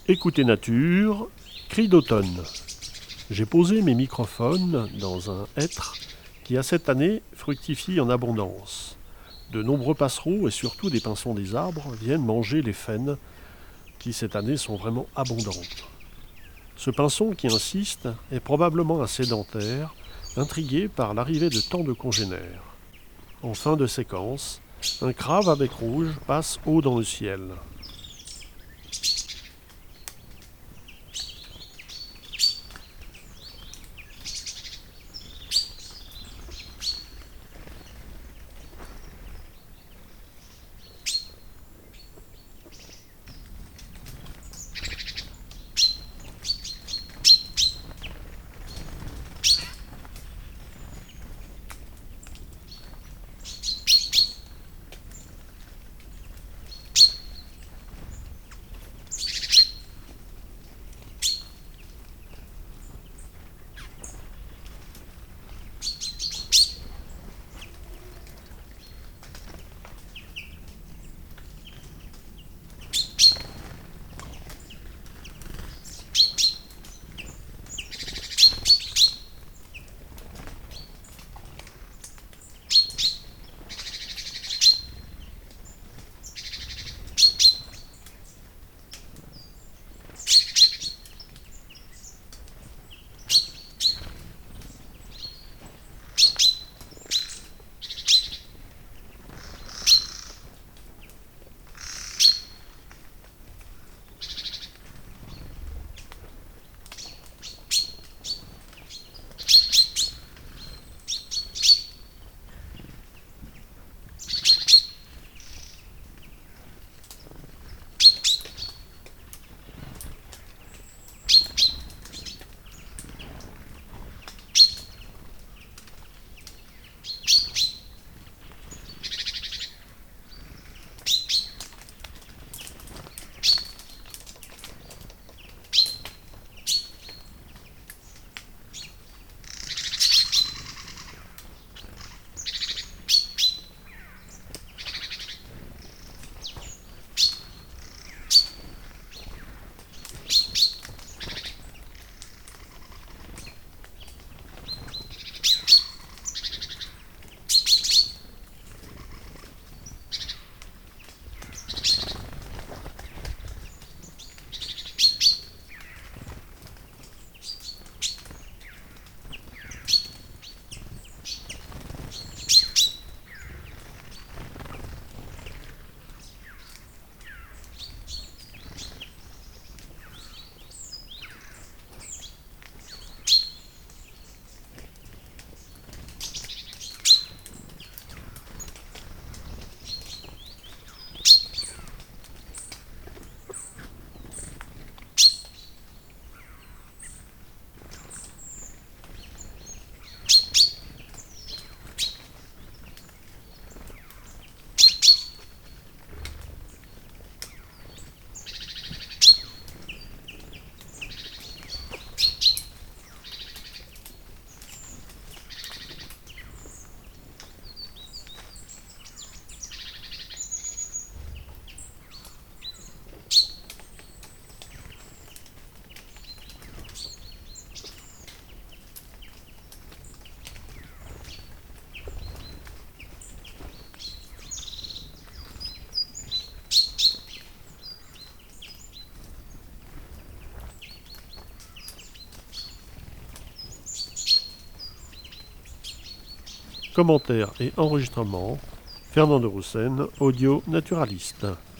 Écoutez nature, cri d'automne. J'ai posé mes microphones dans un hêtre qui, à cette année, fructifie en abondance. De nombreux passereaux et surtout des pinsons des arbres viennent manger les faînes qui, cette année, sont vraiment abondantes. Ce pinson qui insiste est probablement un sédentaire, intrigué par l'arrivée de tant de congénères. En fin de séquence, un crave à bec rouge passe haut dans le ciel. Commentaires et enregistrements, Fernand de Roussen, audio naturaliste.